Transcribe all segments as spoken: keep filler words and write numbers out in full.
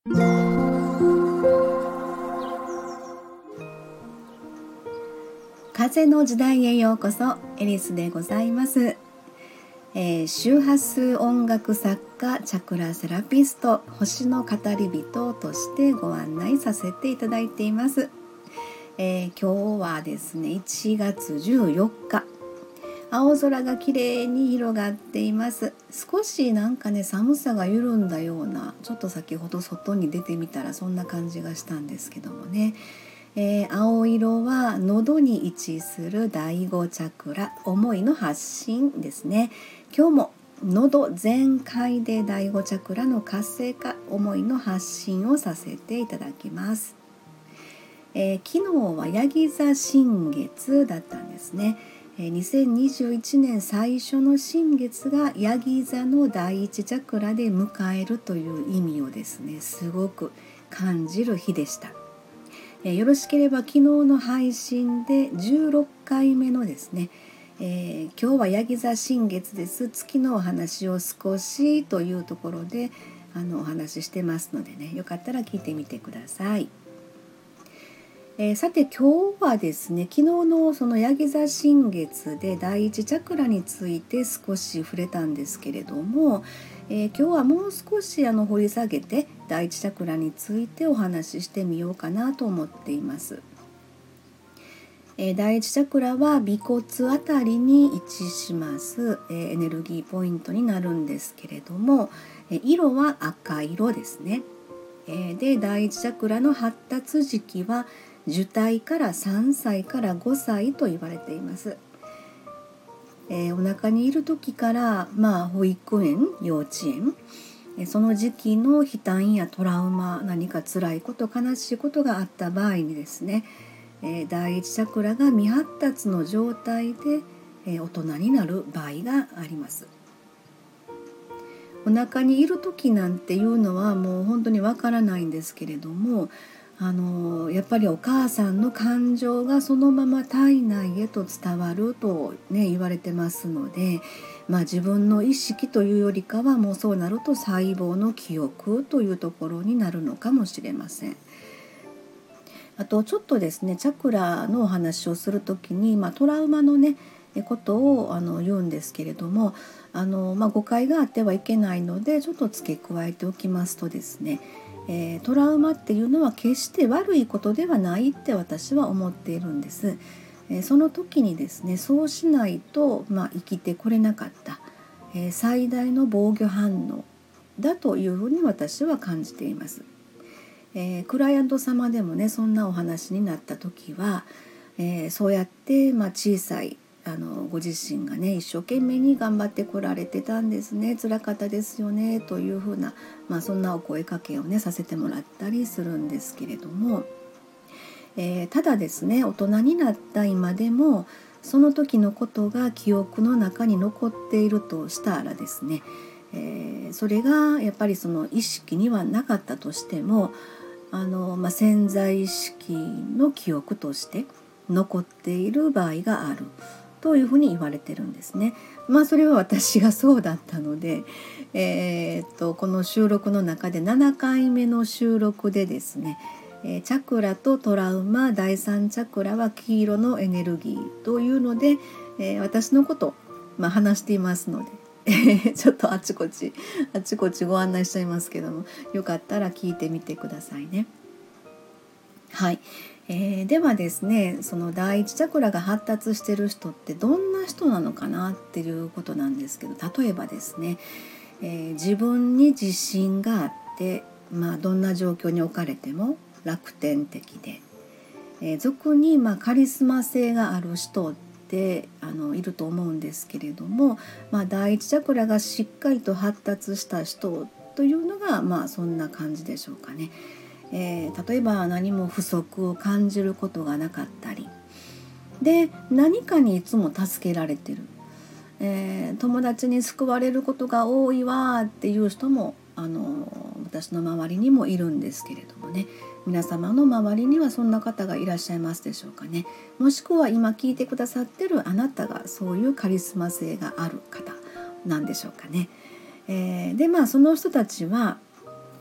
風の時代へようこそ。エリスでございます。えー、周波数音楽作家、チャクラセラピスト、星の語り人としてご案内させていただいています。えー、今日はですねいちがつじゅうよっか、青空が綺麗に広がっています。少しなんかね寒さが緩んだような、ちょっと先ほど外に出てみたらそんな感じがしたんですけどもね、えー、青色は喉に位置するだいごチャクラ、思いの発信ですね。今日も喉全開でだいごチャクラの活性化、思いの発信をさせていただきます。えー、昨日はヤギ座新月だったんですね。えー、にせんにじゅういちねん最初の新月がヤギ座のだいいちチャクラで迎えるという意味をですねすごく感じる日でした。えー、よろしければ昨日の配信でじゅうろっかいめのですね、えー、今日はヤギ座新月です、月のお話を少しというところであのお話ししてますのでね、よかったら聞いてみてください。えー、さて今日はですね昨日のそのヤギ座新月でだいいちチャクラについて少し触れたんですけれども、えー、今日はもう少しあの掘り下げてだいいちチャクラについてお話ししてみようかなと思っています。えー、だいいちチャクラは尾骨あたりに位置します、えー、エネルギーポイントになるんですけれども、えー、色は赤色ですね。えー、でだいいちチャクラの発達時期は受胎からさんさいからごさいと言われています。えー、お腹にいる時から、まあ、保育園、幼稚園、えその時期の悲嘆やトラウマ、何か辛いこと、悲しいことがあった場合にですね、えー、だいいちチャクラが未発達の状態で、えー、大人になる場合があります。お腹にいる時なんていうのはもう本当にわからないんですけれども、あのやっぱりお母さんの感情がそのまま体内へと伝わると、ね、言われてますので、まあ、自分の意識というよりかはもうそうなると細胞の記憶というところになるのかもしれません。あとちょっとですねチャクラのお話をするときに、まあ、トラウマのねことをあの言うんですけれども、あの、まあ、誤解があってはいけないのでちょっと付け加えておきますとですね、えー、トラウマっていうのは決して悪いことではないって私は思っているんです。えー、その時にですねそうしないと、まあ、生きてこれなかった、えー、最大の防御反応だというふうに私は感じています。えー、クライアント様でもねそんなお話になった時は、えー、そうやって、まあ、小さいあのご自身がね一生懸命に頑張ってこられてたんですね、辛かったですよねというふうな、まあ、そんなお声かけをねさせてもらったりするんですけれども、えー、ただですね大人になった今でもその時のことが記憶の中に残っているとしたらですね、えー、それがやっぱりその意識にはなかったとしてもあの、まあ、潜在意識の記憶として残っている場合があるというふうに言われてるんですね。まあそれは私がそうだったので、えー、っとこの収録の中でななかいめの収録でですね、えー、チャクラとトラウマ、だいさんチャクラは黄色のエネルギーというので、えー、私のことを、まあ、話していますのでちょっとあちこちあちこちご案内しちゃいますけども、よかったら聞いてみてくださいね。はい、えー、ではですねそのだいいちチャクラが発達している人ってどんな人なのかなっていうことなんですけど、例えばですね、えー、自分に自信があって、まあ、どんな状況に置かれても楽天的で、えー、俗にまあカリスマ性がある人ってあのいると思うんですけれども、まあ、だいいちチャクラがしっかりと発達した人というのがまあそんな感じでしょうかね。えー、例えば何も不足を感じることがなかったりで、何かにいつも助けられてる、えー、友達に救われることが多いわっていう人もあの私の周りにもいるんですけれどもね、皆様の周りにはそんな方がいらっしゃいますでしょうかね。もしくは今聞いてくださってるあなたがそういうカリスマ性がある方なんでしょうかね。えー、でまあその人たちは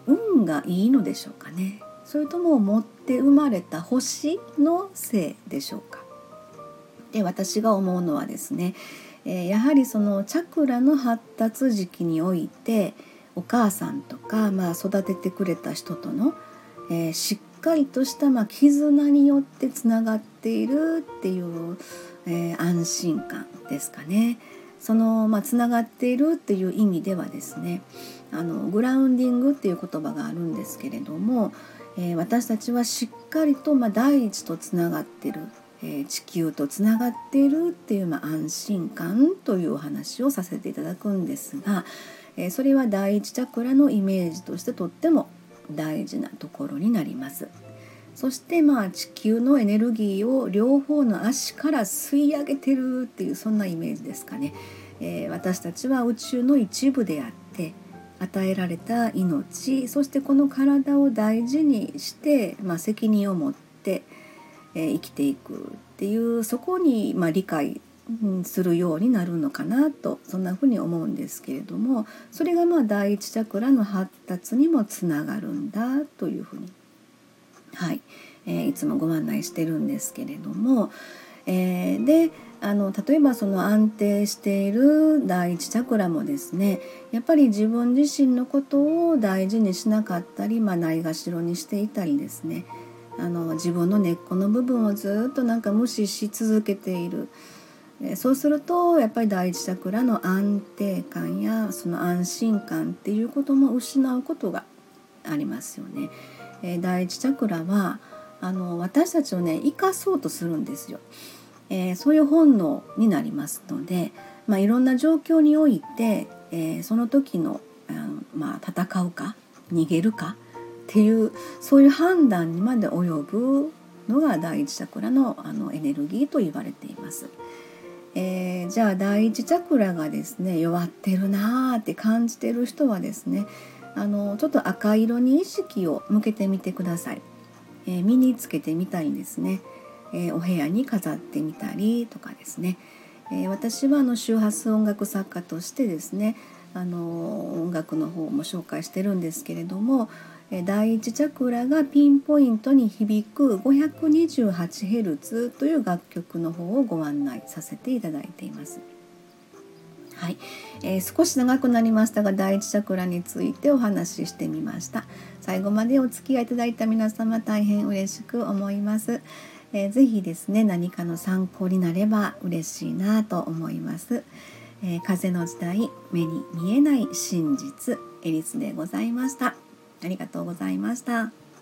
運がいいのでしょうかね。それとも持って生まれた星のせいでしょうか。で、私が思うのはですね、えー、やはりそのチャクラの発達時期においてお母さんとか、まあ、育ててくれた人との、えー、しっかりとした、まあ、絆によってつながっているっていう、えー、安心感ですかね。その、まあ、つながっているっていう意味ではですね、あのグラウンディングっていう言葉があるんですけれども、えー、私たちはしっかりと、まあ、大地とつながっている、えー、地球とつながっているっていう、まあ、安心感というお話をさせていただくんですが、えー、それは第一チャクラのイメージとしてとっても大事なところになります。そしてまあ地球のエネルギーを両方の足から吸い上げてるっていう、そんなイメージですかね。えー、私たちは宇宙の一部であって、与えられた命、そしてこの体を大事にして、まあ、責任を持って、えー、生きていくっていう、そこにまあ理解するようになるのかなと、そんなふうに思うんですけれども、それがまあ第一チャクラの発達にもつながるんだというふうに、はいえー、いつもご案内してるんですけれども、えー、であの例えばその安定している第一チャクラもですね、やっぱり自分自身のことを大事にしなかったり、まあ、ないがしろにしていたりですね、あの自分の根っこの部分をずっとなんか無視し続けている。そうするとやっぱり第一チャクラの安定感やその安心感っていうことも失うことがありますよね。えー、第一チャクラはあの私たちをね生かそうとするんですよ。えー、そういう本能になりますので、まあ、いろんな状況において、えー、その時の、あの、まあ、戦うか逃げるかっていう、そういう判断にまで及ぶのが第一チャクラの、あのエネルギーと言われています。えー、じゃあ第一チャクラがですね弱ってるなーって感じてる人はですね、あのちょっと赤色に意識を向けてみてください。えー、身につけてみたりですね、えー、お部屋に飾ってみたりとかですね、えー、私はあの周波数音楽作家としてですね、あの音楽の方も紹介してるんですけれども、第一チャクラがピンポイントに響く ごひゃくにじゅうはちヘルツ という楽曲の方をご案内させていただいています。はい、えー、少し長くなりましたが第一チャクラについてお話ししてみました。最後までお付き合いいただいた皆様大変嬉しく思います。えー、ぜひですね何かの参考になれば嬉しいなと思います。えー、風の時代目に見えない真実、エリスでございました。ありがとうございました。